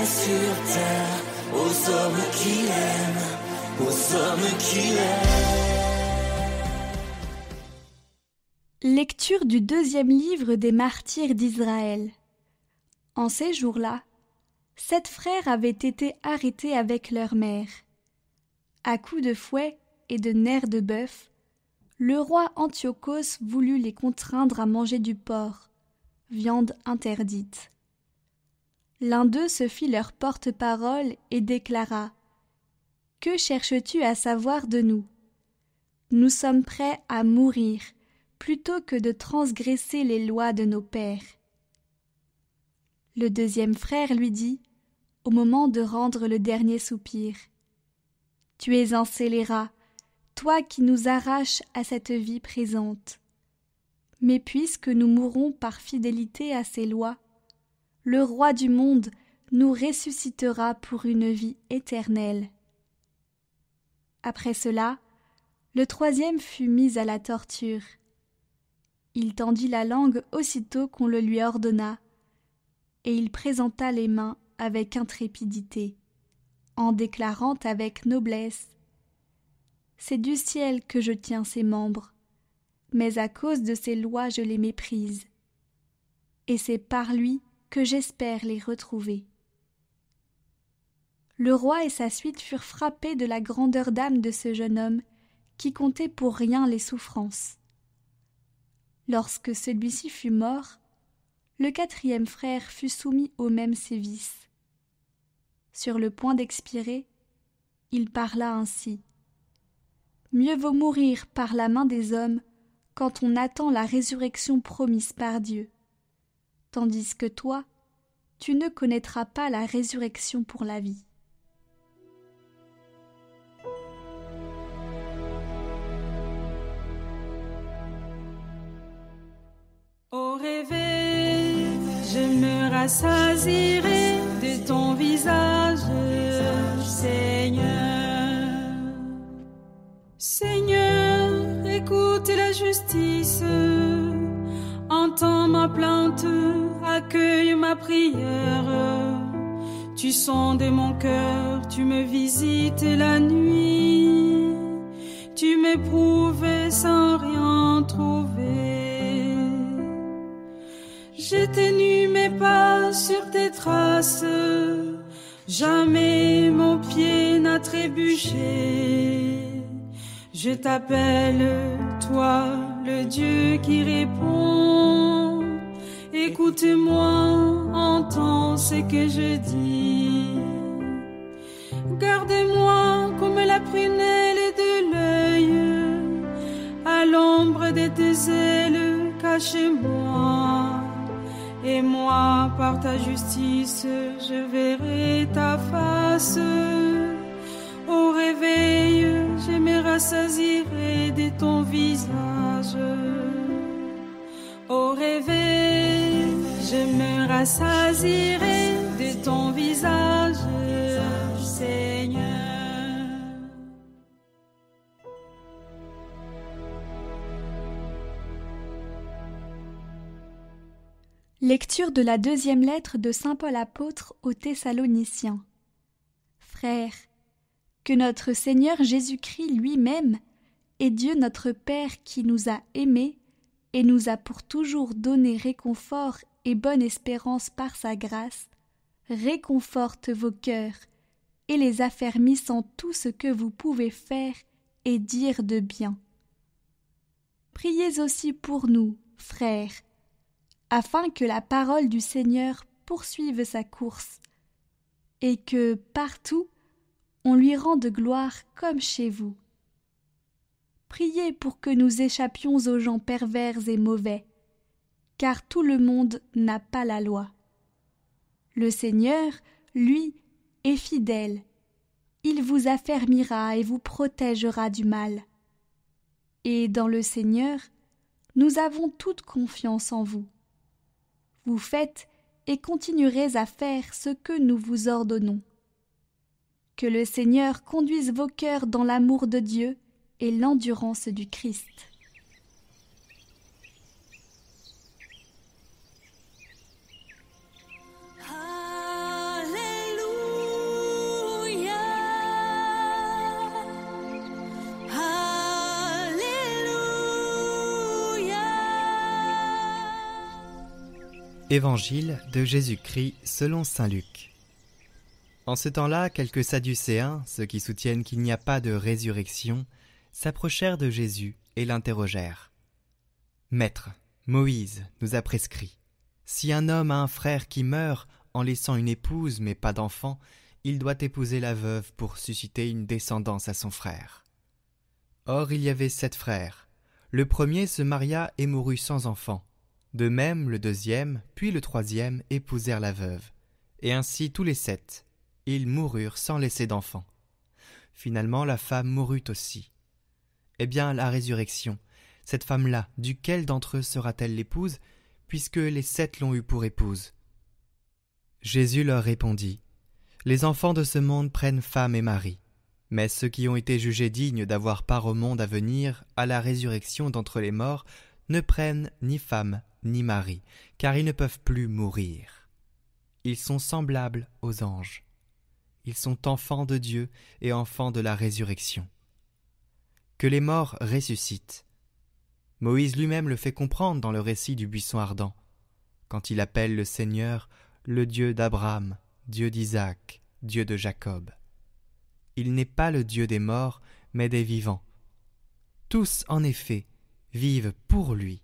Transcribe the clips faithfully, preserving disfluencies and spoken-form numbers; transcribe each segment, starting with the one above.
paix sur terre aux hommes qui l'aiment, aux hommes qui l'aiment. Lecture du deuxième livre des martyrs d'Israël. En ces jours-là, sept frères avaient été arrêtés avec leur mère. À coups de fouet et de nerfs de bœuf, le roi Antiochos voulut les contraindre à manger du porc, viande interdite. L'un d'eux se fit leur porte-parole et déclara : « Que cherches-tu à savoir de nous ? Nous sommes prêts à mourir plutôt que de transgresser les lois de nos pères. » Le deuxième frère lui dit, au moment de rendre le dernier soupir : « Tu es un scélérat, toi qui nous arraches à cette vie présente. Mais puisque nous mourrons par fidélité à ces lois, le roi du monde nous ressuscitera pour une vie éternelle. » Après cela, le troisième fut mis à la torture. Il tendit la langue aussitôt qu'on le lui ordonna, et il présenta les mains avec intrépidité, en déclarant avec noblesse : « C'est du ciel que je tiens ces membres, mais à cause de ces lois je les méprise, et c'est par lui que j'espère les retrouver. » Le roi et sa suite furent frappés de la grandeur d'âme de ce jeune homme qui comptait pour rien les souffrances. Lorsque celui-ci fut mort, le quatrième frère fut soumis aux mêmes sévices. Sur le point d'expirer, il parla ainsi : « Mieux vaut mourir par la main des hommes quand on attend la résurrection promise par Dieu, tandis que toi, tu ne connaîtras pas la résurrection pour la vie. » Au réveil, je me rassasierai de ton visage, Seigneur. Seigneur, écoute la justice, entends ma plainte, accueille ma prière. Tu sondes mon cœur, tu me visites la nuit, tu m'éprouves sans rien trouver. J'ai tenu mes pas sur tes traces, jamais mon pied n'a trébuché. Je t'appelle, toi, le Dieu qui répond. Écoute-moi, entends ce que je dis. Garde-moi comme la prunelle de l'œil, à l'ombre de tes ailes, cache-moi. Et moi, par ta justice, je verrai ta face. Au réveil, je me rassasierai de ton visage. Au réveil, je me rassasierai de ton visage, Seigneur. Lecture de la deuxième lettre de saint Paul apôtre aux Thessaloniciens. Frères, que notre Seigneur Jésus-Christ lui-même et Dieu notre Père qui nous a aimés et nous a pour toujours donné réconfort et bonne espérance par sa grâce, réconforte vos cœurs et les affermisse en tout ce que vous pouvez faire et dire de bien. Priez aussi pour nous, frères, afin que la parole du Seigneur poursuive sa course, et que, partout, on lui rende gloire comme chez vous. Priez pour que nous échappions aux gens pervers et mauvais, car tout le monde n'a pas la loi. Le Seigneur, lui, est fidèle. Il vous affermira et vous protégera du mal. Et dans le Seigneur, nous avons toute confiance en vous. Vous faites et continuerez à faire ce que nous vous ordonnons. Que le Seigneur conduise vos cœurs dans l'amour de Dieu et l'endurance du Christ. Alléluia. Évangile de Jésus-Christ selon saint Luc. En ce temps-là, quelques Sadducéens, ceux qui soutiennent qu'il n'y a pas de résurrection, s'approchèrent de Jésus et l'interrogèrent. « Maître, Moïse nous a prescrit, si un homme a un frère qui meurt en laissant une épouse mais pas d'enfant, il doit épouser la veuve pour susciter une descendance à son frère. Or il y avait sept frères. Le premier se maria et mourut sans enfant. De même, le deuxième, puis le troisième épousèrent la veuve. Et ainsi tous les sept. Ils moururent sans laisser d'enfant. Finalement, la femme mourut aussi. Eh bien, la résurrection, cette femme-là, duquel d'entre eux sera-t-elle l'épouse, puisque les sept l'ont eue pour épouse ? Jésus leur répondit, « Les enfants de ce monde prennent femme et mari, mais ceux qui ont été jugés dignes d'avoir part au monde à venir, à la résurrection d'entre les morts, ne prennent ni femme ni mari, car ils ne peuvent plus mourir. Ils sont semblables aux anges. Ils sont enfants de Dieu et enfants de la résurrection. Que les morts ressuscitent. Moïse lui-même le fait comprendre dans le récit du buisson ardent, quand il appelle le Seigneur le Dieu d'Abraham, Dieu d'Isaac, Dieu de Jacob. Il n'est pas le Dieu des morts, mais des vivants. Tous, en effet, vivent pour lui.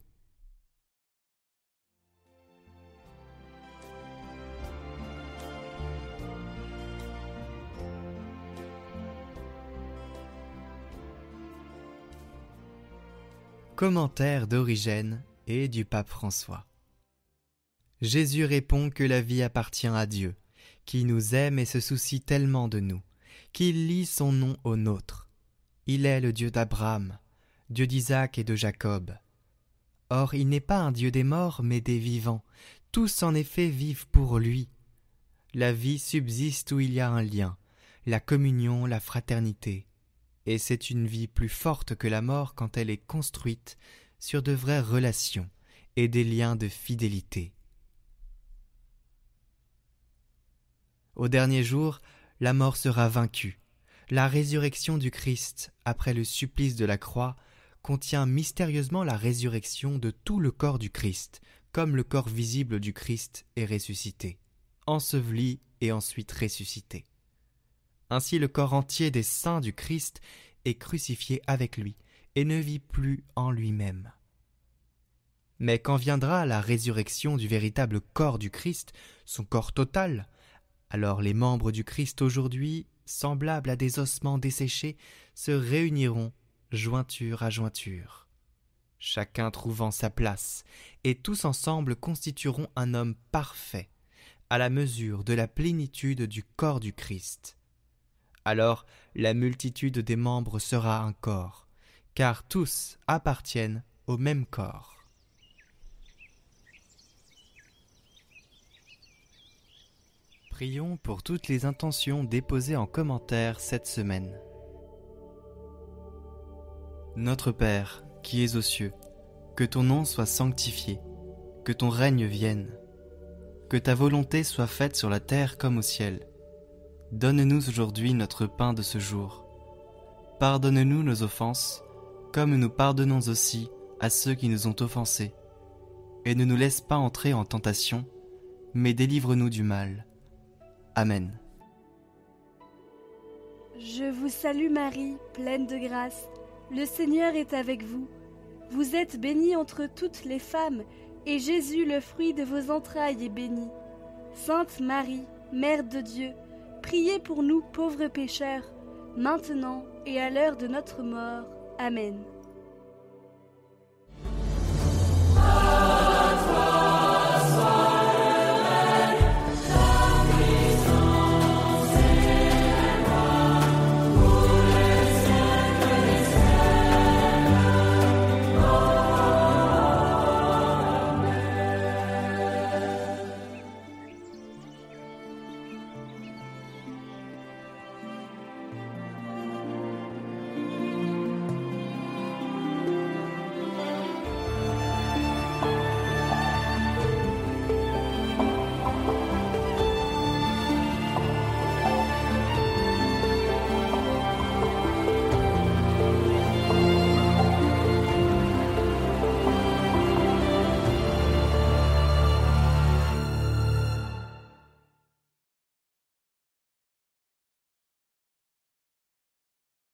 Commentaire d'Origène et du pape François. Jésus répond que la vie appartient à Dieu, qui nous aime et se soucie tellement de nous, qu'il lie son nom au nôtre. Il est le Dieu d'Abraham, Dieu d'Isaac et de Jacob. Or, il n'est pas un Dieu des morts, mais des vivants. Tous, en effet, vivent pour lui. La vie subsiste où il y a un lien, la communion, la fraternité. Et c'est une vie plus forte que la mort quand elle est construite sur de vraies relations et des liens de fidélité. Au dernier jour, la mort sera vaincue. La résurrection du Christ, après le supplice de la croix, contient mystérieusement la résurrection de tout le corps du Christ, comme le corps visible du Christ est ressuscité, enseveli et ensuite ressuscité. Ainsi le corps entier des saints du Christ est crucifié avec lui et ne vit plus en lui-même. Mais quand viendra la résurrection du véritable corps du Christ, son corps total, alors les membres du Christ aujourd'hui, semblables à des ossements desséchés, se réuniront jointure à jointure, chacun trouvant sa place, et tous ensemble constitueront un homme parfait, à la mesure de la plénitude du corps du Christ. Alors la multitude des membres sera un corps, car tous appartiennent au même corps. Prions pour toutes les intentions déposées en commentaire cette semaine. Notre Père, qui es aux cieux, que ton nom soit sanctifié, que ton règne vienne, que ta volonté soit faite sur la terre comme au ciel. Donne-nous aujourd'hui notre pain de ce jour. Pardonne-nous nos offenses, comme nous pardonnons aussi à ceux qui nous ont offensés. Et ne nous laisse pas entrer en tentation, mais délivre-nous du mal. Amen. Je vous salue Marie, pleine de grâce. Le Seigneur est avec vous. Vous êtes bénie entre toutes les femmes, et Jésus, le fruit de vos entrailles, est béni. Sainte Marie, Mère de Dieu, priez pour nous pauvres pécheurs, maintenant et à l'heure de notre mort. Amen.